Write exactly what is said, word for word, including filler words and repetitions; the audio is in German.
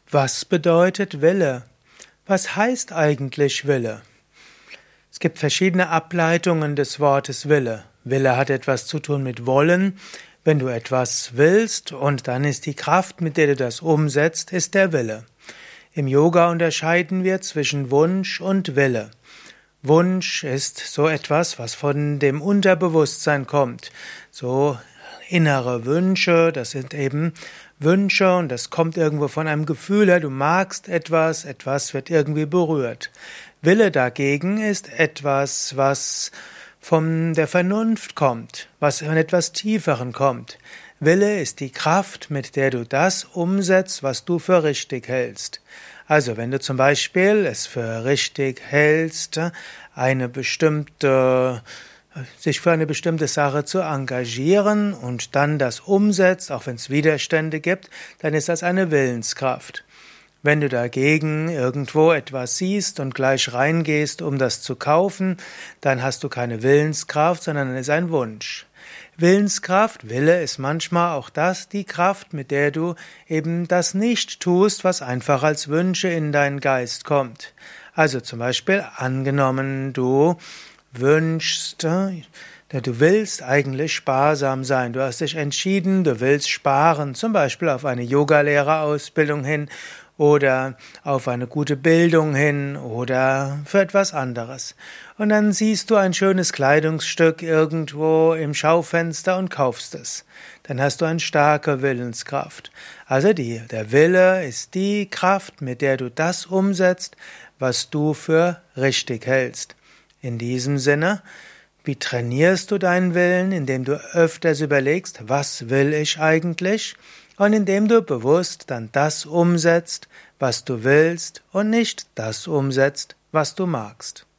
Was bedeutet Wille? Was heißt eigentlich Wille? Es gibt verschiedene Ableitungen des Wortes Wille. Wille hat etwas zu tun mit Wollen. Wenn du etwas willst und dann ist die Kraft, mit der du das umsetzt, ist der Wille. Im Yoga unterscheiden wir zwischen Wunsch und Wille. Wunsch ist so etwas, was von dem Unterbewusstsein kommt. So innere Wünsche, das sind eben Wünsche und das kommt irgendwo von einem Gefühl her, du magst etwas, etwas wird irgendwie berührt. Wille dagegen ist etwas, was von der Vernunft kommt, was von etwas Tieferen kommt. Wille ist die Kraft, mit der du das umsetzt, was du für richtig hältst. Also, wenn du zum Beispiel es für richtig hältst, eine bestimmte, sich für eine bestimmte Sache zu engagieren und dann das umsetzt, auch wenn es Widerstände gibt, dann ist das eine Willenskraft. Wenn du dagegen irgendwo etwas siehst und gleich reingehst, um das zu kaufen, dann hast du keine Willenskraft, sondern es ist ein Wunsch. Willenskraft, Wille ist manchmal auch das, die Kraft, mit der du eben das nicht tust, was einfach als Wünsche in deinen Geist kommt. Also zum Beispiel angenommen, du wünschst, du willst eigentlich sparsam sein. Du hast dich entschieden, du willst sparen, zum Beispiel auf eine Yogalehrerausbildung hin oder auf eine gute Bildung hin oder für etwas anderes. Und dann siehst du ein schönes Kleidungsstück irgendwo im Schaufenster und kaufst es. Dann hast du eine starke Willenskraft. Also die, der Wille ist die Kraft, mit der du das umsetzt, was du für richtig hältst. In diesem Sinne, wie trainierst du deinen Willen, indem du öfters überlegst, was will ich eigentlich? Und indem du bewusst dann das umsetzt, was du willst und nicht das umsetzt, was du magst.